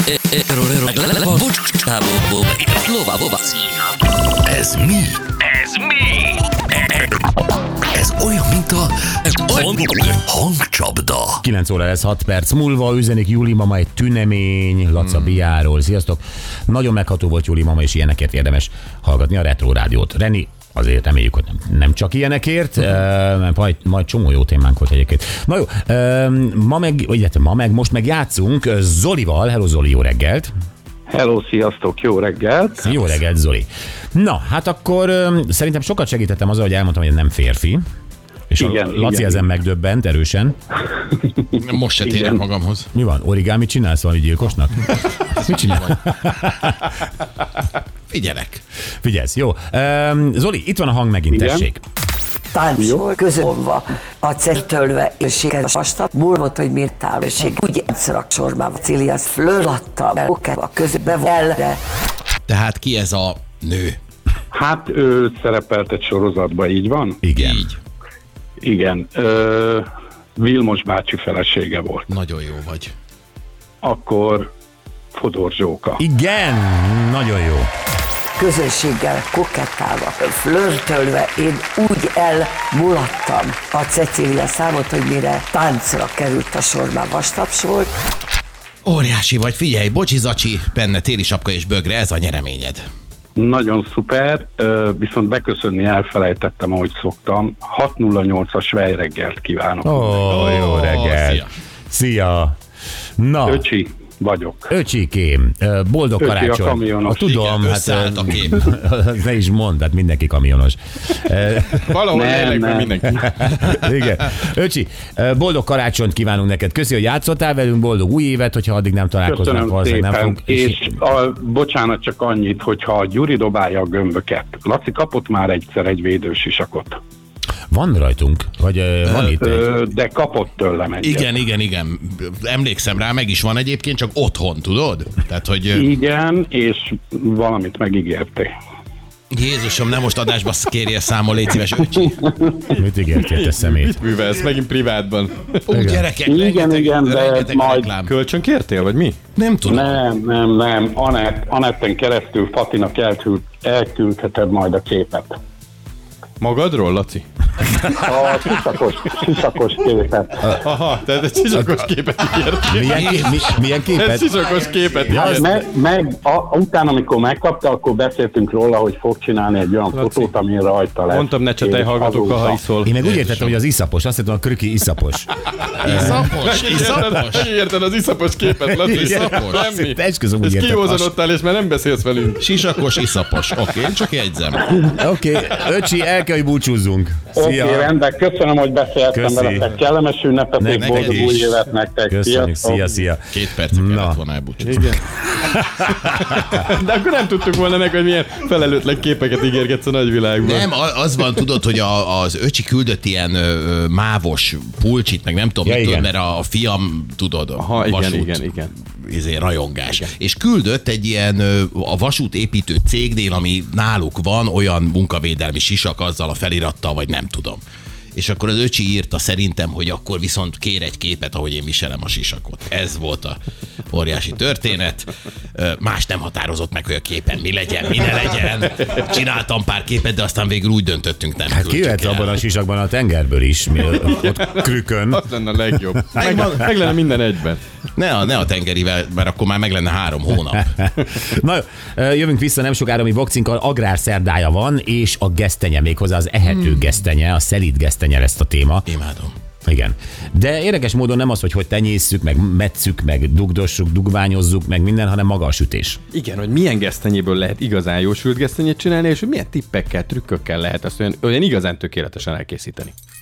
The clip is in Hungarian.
Ez mi? Ez olyan, mint a hangcsapda. 9 óra lesz 6 perc múlva, üzenik Juli mama egy tünemény Laca Biáról. Sziasztok! Nagyon megható volt Juli mama, és ilyenekért érdemes hallgatni a Retro Rádiót. Reni, azért reméljük, hogy nem csak ilyenekért, mert majd csomó jó témánk volt egyébként. Na jó, ma meg most meg játszunk Zolival. Hello Zoli, jó reggelt! Hello, sziasztok, jó reggelt! Jó reggelt, Zoli! Na, hát akkor szerintem sokat segítettem azzal, hogy elmondtam, hogy nem férfi. És igen, Laci igen. ezen megdöbbent erősen. Most se térek magamhoz. Mi van? Origámit csinálsz valami gyilkosnak? Mit csinál? Figyelek. Figyelsz, jó. Zoli, itt van a hang megint, Igen? tessék. Táncol közönva, a cetölve, és sikeres vastag, múlott, hogy miért távolség, úgy egyszerak sormába Cilias flörlatta, a közbe elre. Tehát ki ez a nő? Hát ő szerepelt egy sorozatban, így van? Igen. Így. Igen. Vilmos bácsi felesége volt. Nagyon jó vagy. Akkor Fodor Zsóka. Igen, nagyon jó. Közönséggel kokettálva, flörtölve, én úgy elmulattam a Cecília számot, hogy mire táncra került a sor, már vastaps volt. Óriási vagy, figyelj, bocsi zacsi, benne téli sapka és bögre, ez a nyereményed. Nagyon szuper, viszont beköszönni elfelejtettem, ahogy szoktam. 608-as vejreggelt kívánok. Jó reggel. Szia. Szia. Na, Öcsi vagyok. öcsikém, boldog Öcsi a karácsony. kamionos. Tudom, Igen, összeállt a kép. ne is mondd, hát mindenki kamionos. Valahol Nem, lélekben nem. mindenki. Igen. Öcsi, boldog karácsonyt kívánunk neked. Köszi, hogy játszottál velünk, boldog új évet, hogyha addig nem találkoznánk, Köszönöm valószínűleg nem szépen. fogunk. És bocsánat, csak annyit, hogyha a Gyuri dobálja a gömböket. Laci kapott már egyszer egy védősisakot. Van rajtunk? Vagy van itt egy? De kapott tőlem egyet. Igen. Emlékszem rá, meg is van egyébként, csak otthon, tudod? Tehát, hogy Igen, és valamit megígérte. Jézusom, nem most adásba kérje számol, légy szíves, öcsi. Mit ígértél, te szemét? Művelsz, megint privátban. Úgy gyerekek, Igen, de rengeteg majd- reklám. Kölcsön kértél, vagy mi? Nem tudom. Nem. Anetten keresztül Fatinak elküldheted majd a képet. Magadról, Laci? A sisakos képet. Aha, tehát egy sisakos képet ígértél. Milyen Egy képet? sisakos képet ígértél. Utána, amikor megkapta, akkor beszéltünk róla, hogy fog csinálni egy olyan fotót, ami rajta lesz. Mondtam, ne csetelj, És hallgatókkal, ha azóta- iszol. Én meg úgy értettem, hogy az iszapos, azt hittem a krüki iszapos. Iszapos. Megígérted az iszapos képet, Laci? Iszapos. Semmi. Esküszöm, úgy Ez értettem. kihozanodtál, és már nem beszélsz velünk. Sisakos, iszapos. Oké, csak jegyzem. Oké, öcsi, el kell, hogy búcsúzzunk. Oké, Szia. rendben, köszönöm, hogy beszéltem Köszi. veletek. Kellemes ünnepet és Neked boldog is. új évet nektek. Köszönjük, Sziasztok. szia. 2 percet Na. kellett volna elbúcsúzni. Igen. De akkor nem tudtuk volna meg, hogy milyen felelőtlen képeket ígérgetsz a nagyvilágban. Nem, az van, tudod, hogy az öcsi küldött ilyen mávos pulcsit, meg nem tudom, Ja, mit igen. tudod, mert a fiam, tudod, Aha, igen. rajongás. Igen. És küldött egy ilyen a vasútépítő cégnél, ami náluk van, olyan munkavédelmi sisak azzal a felirattal, vagy nem tudom. És akkor az öcsi írta szerintem, hogy akkor viszont kér egy képet, ahogy én viselem a sisakot. Ez volt a óriási történet. Más nem határozott meg, hogy a képen mi legyen, mi ne legyen. Csináltam pár képet, de aztán végül úgy döntöttünk, nem Hát küldjük kijöhetsz el. abban a sisakban a tengerből is, ott krükön. Az lenne a legjobb. Meg lenne minden egyben. Ne a tengerivel, mert akkor már meg lenne 3 hónap. Na jó, jövünk vissza nem sokára, mi vakcinkkal, agrárszerdája van, és a gesztenye, méghozzá az ehető gesztenye, a szelíd gesztenye lesz a téma. Imádom. Igen. De érdekes módon nem az, hogy tenyészük, meg metszük, meg dugdossuk, dugványozzuk, meg minden, hanem maga a sütés. Igen, hogy milyen gesztenyéből lehet igazán jó sült gesztenyét csinálni, és hogy milyen tippekkel, trükkökkel lehet azt olyan igazán tökéletesen elkészíteni.